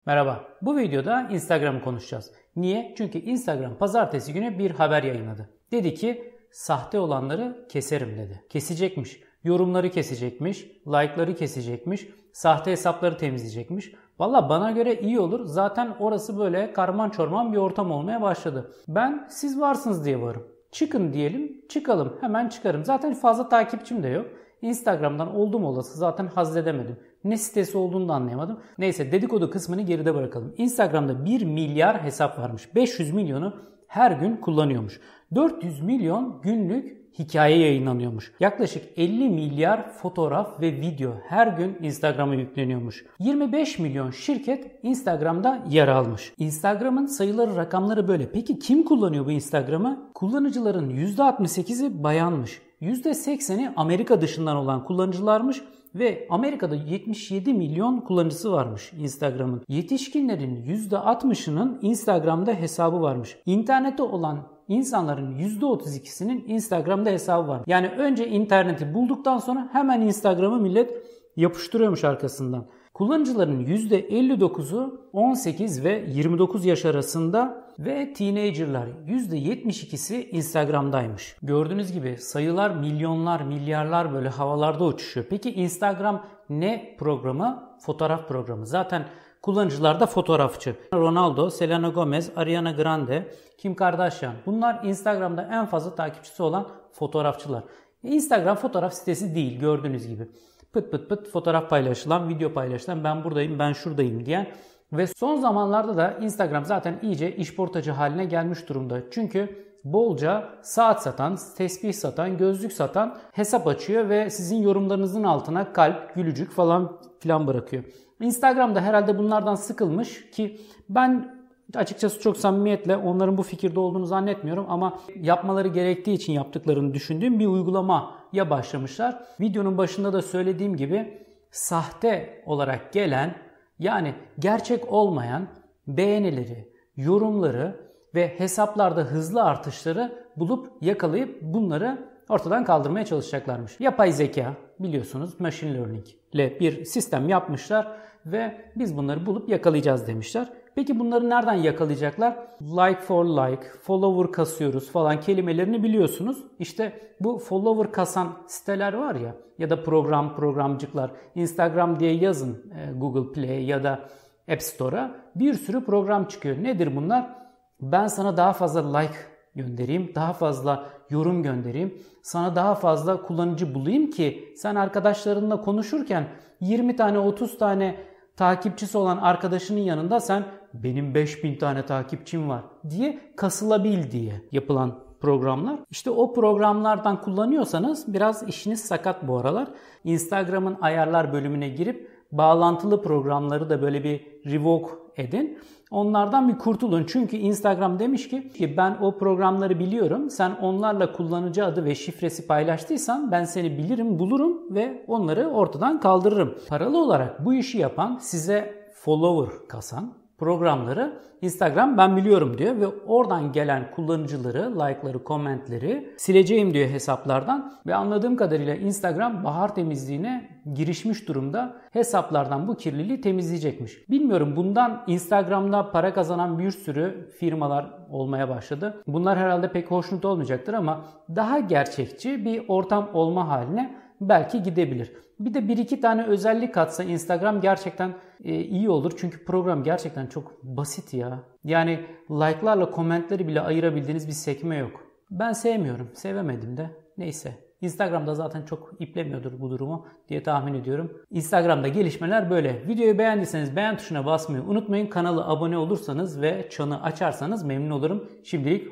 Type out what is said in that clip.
Merhaba. Bu videoda Instagram'ı konuşacağız. Niye? Çünkü Instagram pazartesi günü bir haber yayınladı. Dedi ki sahte olanları keserim dedi. Kesecekmiş. Yorumları kesecekmiş. Like'ları kesecekmiş. Sahte hesapları temizleyecekmiş. Valla bana göre iyi olur. Zaten orası böyle karman çorman bir ortam olmaya başladı. Ben siz varsınız diye varım. Çıkın diyelim, çıkalım. Hemen çıkarım. Zaten fazla takipçim de yok. Instagram'dan oldum olası zaten hazzedemedim. Ne sitesi olduğunu da anlayamadım. Neyse dedikodu kısmını geride bırakalım. Instagram'da 1 milyar hesap varmış. 500 milyonu her gün kullanıyormuş. 400 milyon günlük hikaye yayınlanıyormuş. Yaklaşık 50 milyar fotoğraf ve video her gün Instagram'a yükleniyormuş. 25 milyon şirket Instagram'da yer almış. Instagram'ın sayıları, rakamları böyle. Peki kim kullanıyor bu Instagram'ı? Kullanıcıların %68'i bayanmış. %80'i Amerika dışından olan kullanıcılarmış ve Amerika'da 77 milyon kullanıcısı varmış Instagram'ın. Yetişkinlerin %60'ının Instagram'da hesabı varmış. İnternette olan insanların %32'sinin Instagram'da hesabı var. Yani önce interneti bulduktan sonra hemen Instagram'ı millet yapıştırıyormuş arkasından. Kullanıcıların %59'u 18 ve 29 yaş arasında ve teenagerlar %72'si Instagram'daymış. Gördüğünüz gibi sayılar milyonlar, milyarlar böyle havalarda uçuşuyor. Peki Instagram ne programı? Fotoğraf programı. Zaten kullanıcılar da fotoğrafçı. Ronaldo, Selena Gomez, Ariana Grande, Kim Kardashian. Bunlar Instagram'da en fazla takipçisi olan fotoğrafçılar. Instagram fotoğraf sitesi değil gördüğünüz gibi. Pıt pıt pıt fotoğraf paylaşılan, video paylaşılan, ben buradayım, ben şuradayım diyen ve son zamanlarda da Instagram zaten iyice işportacı haline gelmiş durumda. Çünkü bolca saat satan, tesbih satan, gözlük satan hesap açıyor ve sizin yorumlarınızın altına kalp, gülücük falan filan bırakıyor. Instagram'da herhalde bunlardan sıkılmış ki ben açıkçası çok samimiyetle onların bu fikirde olduğunu zannetmiyorum ama yapmaları gerektiği için yaptıklarını düşündüğüm bir uygulamaya başlamışlar. Videonun başında da söylediğim gibi sahte olarak gelen, yani gerçek olmayan beğenileri, yorumları ve hesaplarda hızlı artışları bulup yakalayıp bunları ortadan kaldırmaya çalışacaklarmış. Yapay zeka biliyorsunuz machine learning ile bir sistem yapmışlar ve biz bunları bulup yakalayacağız demişler. Peki bunları nereden yakalayacaklar? Like for like, follower kasıyoruz falan kelimelerini biliyorsunuz. İşte bu follower kasan siteler var ya da programcıklar. Instagram diye yazın Google Play ya da App Store'a bir sürü program çıkıyor. Nedir bunlar? Ben sana daha fazla like göndereyim, daha fazla yorum göndereyim, sana daha fazla kullanıcı bulayım ki sen arkadaşlarınla konuşurken 20 tane 30 tane takipçisi olan arkadaşının yanında sen benim 5000 tane takipçim var diye kasılabil diye yapılan programlar. İşte o programlardan kullanıyorsanız biraz işiniz sakat bu aralar. Instagram'ın ayarlar bölümüne girip bağlantılı programları da böyle bir revoke edin. Onlardan bir kurtulun. Çünkü Instagram demiş ki ben o programları biliyorum. Sen onlarla kullanıcı adı ve şifresi paylaştıysan ben seni bilirim, bulurum ve onları ortadan kaldırırım. Paralı olarak bu işi yapan, size follower kasan programları Instagram ben biliyorum diyor ve oradan gelen kullanıcıları, like'ları, komentleri sileceğim diyor hesaplardan ve anladığım kadarıyla Instagram bahar temizliğine girişmiş durumda. Hesaplardan bu kirliliği temizleyecekmiş. Bilmiyorum, bundan Instagram'da para kazanan bir sürü firmalar olmaya başladı. Bunlar herhalde pek hoşnut olmayacaktır ama daha gerçekçi bir ortam olma haline belki gidebilir. Bir de bir iki tane özellik katsa Instagram gerçekten iyi olur. Çünkü program gerçekten çok basit ya. Yani like'larla komentleri bile ayırabildiğiniz bir sekme yok. Ben sevmiyorum. Sevemedim de. Neyse. Instagram'da zaten çok iplemiyordur bu durumu diye tahmin ediyorum. Instagram'da gelişmeler böyle. Videoyu beğendiyseniz beğen tuşuna basmayı unutmayın. Kanala abone olursanız ve çanı açarsanız memnun olurum. Şimdilik